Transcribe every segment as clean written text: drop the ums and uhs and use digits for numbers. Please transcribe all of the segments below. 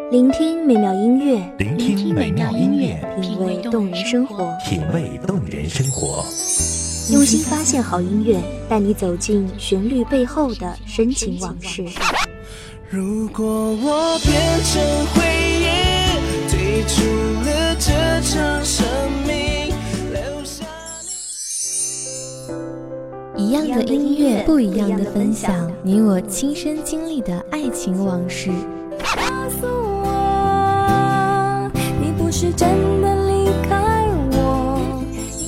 聆听美妙音乐， 品味动人生活， 用心发现好音乐，带你走进旋律背后的深情往事。 如果我变成回忆，退出了这场生命，留下一样的音乐，不一样的分享，你我亲身经历的爱情往事。 告诉我，你不是真的离开我。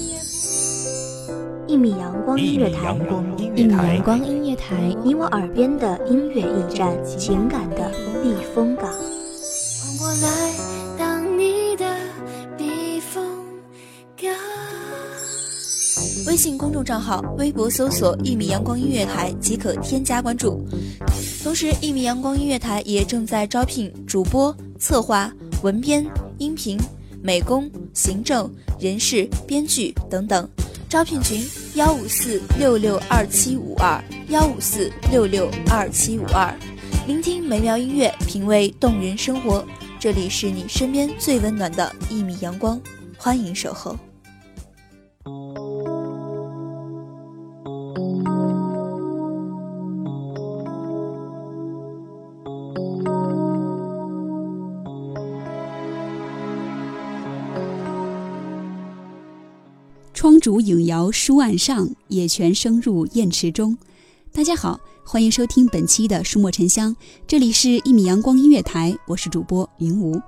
一米阳光音乐台， 一米阳光音乐台， 你我耳边的音乐驿站，情感的避风港。 换我来当你的避风港。 微信公众账号、微博搜索“一米阳光音乐台”即可添加关注。同时，一米阳光音乐台也正在招聘主播、策划、文编、音频、美工、行政、人事、编剧等等。招聘群154662752，154662752。聆听美妙音乐，品味动人生活。这里是你身边最温暖的一米阳光，欢迎守候。 窗烛影摇书案上，野泉声入砚池中。大家好，欢迎收听本期的书墨沉香，这里是一米阳光音乐台，我是主播云无。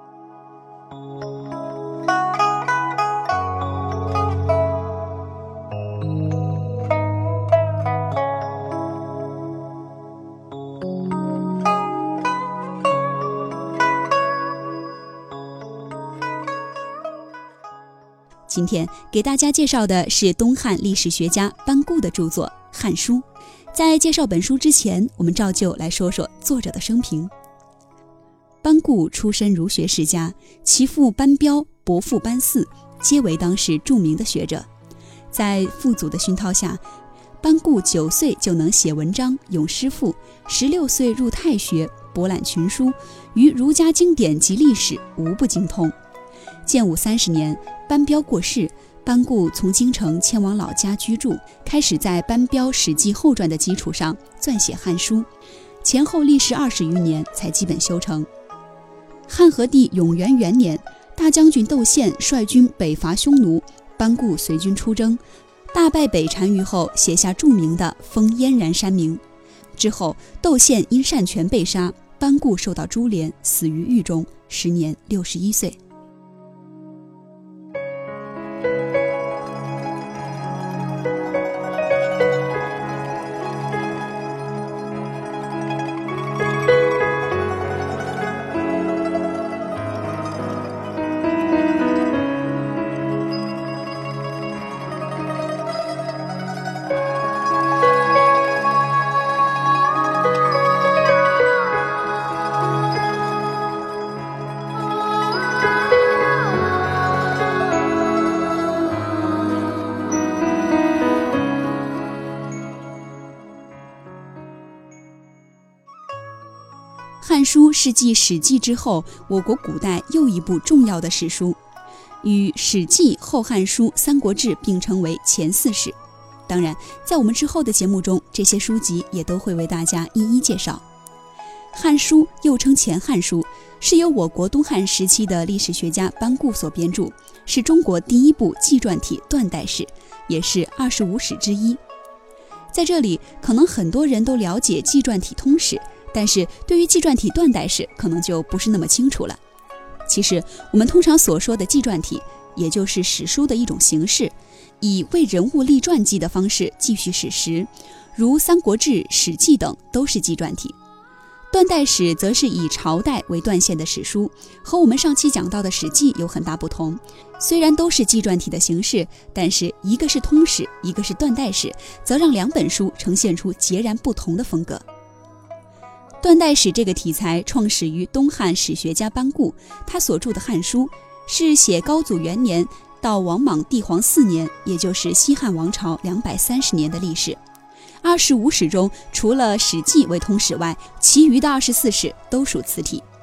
今天给大家介绍的是东汉历史学家班固的著作《汉书》。在介绍本书之前，我们照旧来说说作者的生平。班固出身儒学世家，其父班彪、伯父班嗣皆为当时著名的学者。在父祖的熏陶下，班固9岁就能写文章、咏诗赋，16岁入太学，博览群书，于儒家经典及历史无不精通。建武30年，班彪过世，班固从京城迁往老家居住，开始在班彪《史记后传》的基础上撰写《汉书》，前后历时20余年才基本修成。汉和帝永元元年，大将军窦宪率军北伐匈奴，班固随军出征，大败北单于后，写下著名的《封燕然山铭》。之后，窦宪因擅权被杀，班固受到株连，死于狱中，时年61岁。《汉书》是继《史记》之后，我国古代又一部重要的史书，与《史记》《后汉书》《三国志》并称为前4史。当然，在我们之后的节目中，这些书籍也都会为大家一一介绍。《汉书》又称《前汉书》，是由我国东汉时期的历史学家班固所编著，是中国第一部纪传体断代史，也是25史之一。在这里，可能很多人都了解纪传体通史，但是对于纪传体断代史可能就不是那么清楚了。其实我们通常所说的纪传体，也就是史书的一种形式，以为人物立传记的方式继续史实，如《三国志》《史记》等都是纪传体。断代史则是以朝代为断线的史书，和我们上期讲到的《史记》有很大不同。虽然都是纪传体的形式，但是一个是通史，一个是断代史，则让两本书呈现出截然不同的风格。断代史这个题材创始于东汉史学家班固，他所著的《汉书》是写高祖元年到王莽帝皇4年，也就是西汉王朝230年的历史。25史中，除了《史记》为通史外，其余的24史都属此体。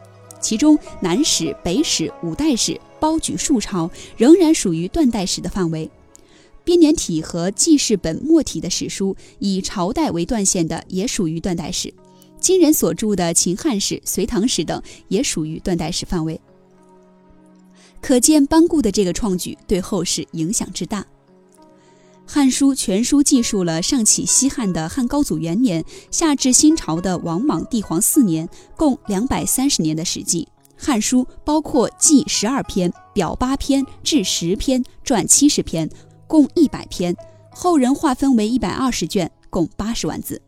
其中南史、北史、五代史包举数朝，仍然属于断代史的范围。编年体和记事本末体的史书以朝代为断线的也属于断代史，今人所著的秦汉史、隋唐史等也属于断代史范围。可见班固的这个创举对后世影响之大。《汉书》全书记述了上起西汉的汉高祖元年，下至新朝的王莽帝皇4年，共230年的史记。《汉书》包括记12篇、表8篇、志10篇、传70篇，共100篇，后人划分为120卷，共80万字。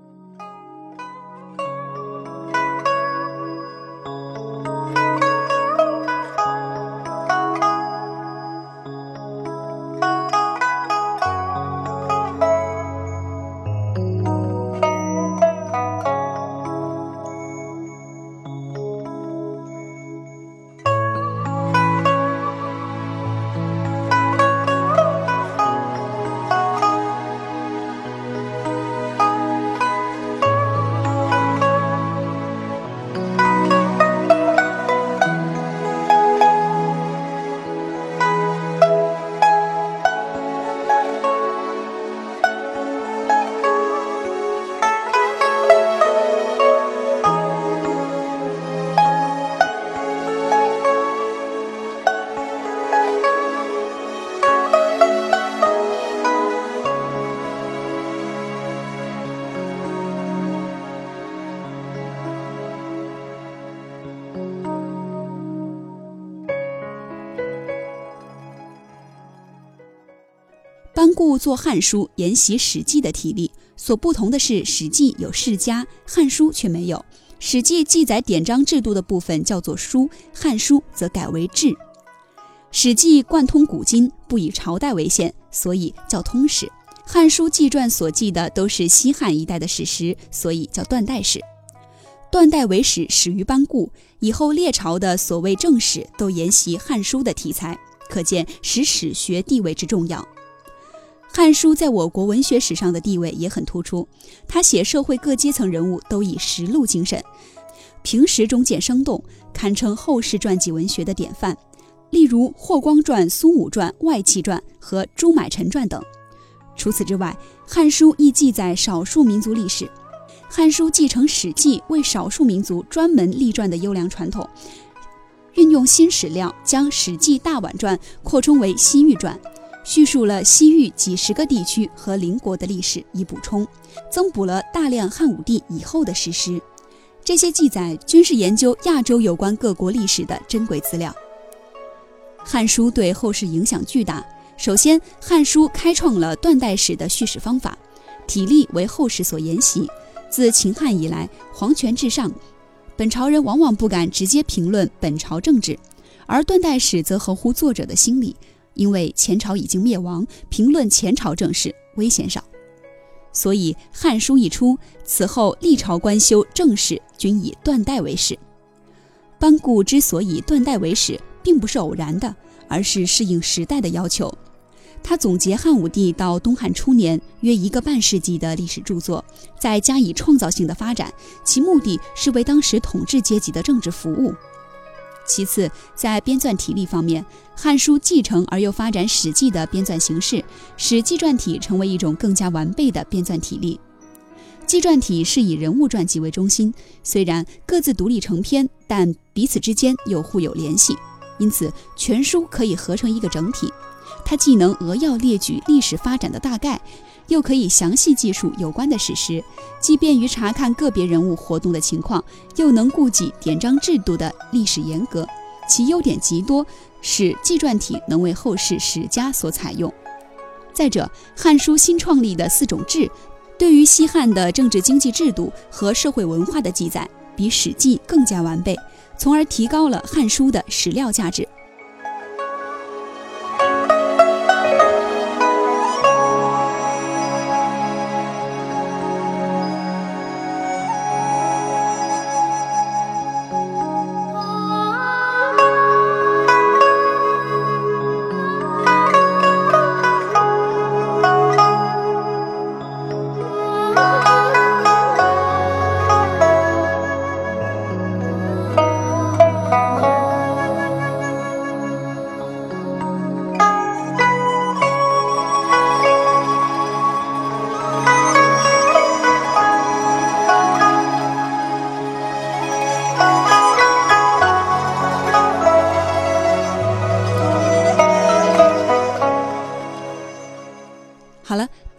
班固做《汉书》沿袭《史记》的体例，所不同的是，《史记》有世家，《汉书》却没有。《史记》记载典章制度的部分叫做书，《汉书》则改为志。《史记》贯通古今，不以朝代为限，所以叫通史。《汉书》纪传所记的都是西汉一代的史实，所以叫断代史。断代为史始于班固，以后列朝的所谓正史都沿袭《汉书》的题材，可见史学地位之重要。《汉书》在我国文学史上的地位也很突出，他写社会各阶层人物都以实录精神，平实中见生动，堪称后世传记文学的典范。例如《霍光传》《苏武传》《外戚传》和《朱买臣传》等。除此之外，《汉书》亦记载少数民族历史。《汉书》继承《史记》为少数民族专门立传的优良传统，运用新史料，将《史记大宛传》扩充为《西域传》，叙述了西域几十个地区和邻国的历史，以补充增补了大量汉武帝以后的史实。这些记载均是研究亚洲有关各国历史的珍贵资料。《汉书》对后世影响巨大。首先，《汉书》开创了断代史的叙事方法，体例为后世所沿袭。自秦汉以来，皇权至上，本朝人往往不敢直接评论本朝政治，而断代史则合乎作者的心理，因为前朝已经灭亡，评论前朝政事危险少。所以《汉书》一出，此后历朝官修政史均以断代为史。班固之所以断代为史，并不是偶然的，而是适应时代的要求。他总结汉武帝到东汉初年约1个半世纪的历史著作，再加以创造性的发展，其目的是为当时统治阶级的政治服务。其次，在编纂体例方面，《汉书》继承而又发展《史记》的编纂形式，使纪传体成为一种更加完备的编纂体例。纪传体是以人物传记为中心，虽然各自独立成篇，但彼此之间又互有联系，因此全书可以合成一个整体。它既能扼要列举历史发展的大概，又可以详细记述有关的史实，既便于查看个别人物活动的情况，又能顾及典章制度的历史严格，其优点极多，使纪传体能为后世史家所采用。再者，《汉书》新创立的4种志，对于西汉的政治经济制度和社会文化的记载，比《史记》更加完备，从而提高了《汉书》的史料价值。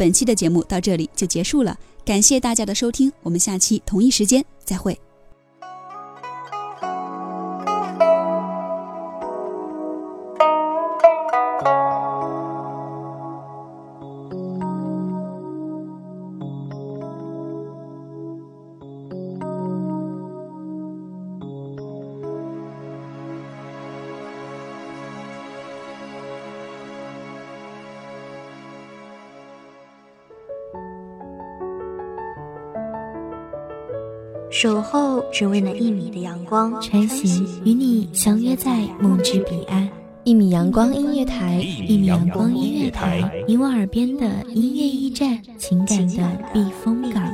本期的节目到这里就结束了，感谢大家的收听，我们下期同一时间再会。 守候只为那1米的阳光， 穿行与你相约在梦之彼岸。1米阳光音乐台，1米阳光音乐台，你我耳边的音乐驿站，情感的避风港。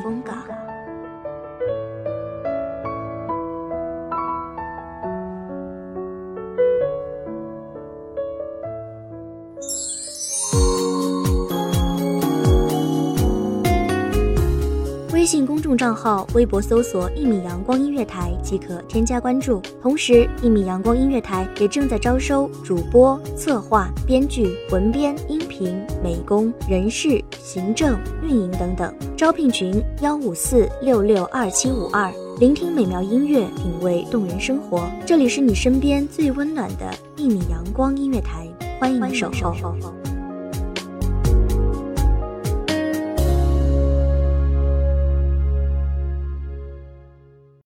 微信公众账号、微博搜索1米阳光音乐台即可添加关注。同时，1米阳光音乐台也正在招收主播、策划、编剧、文编、音频、美工、人事、行政、运营等等。招聘群154662752。聆听美妙音乐，品味动人生活。这里是你身边最温暖的1米阳光音乐台，欢迎你守候。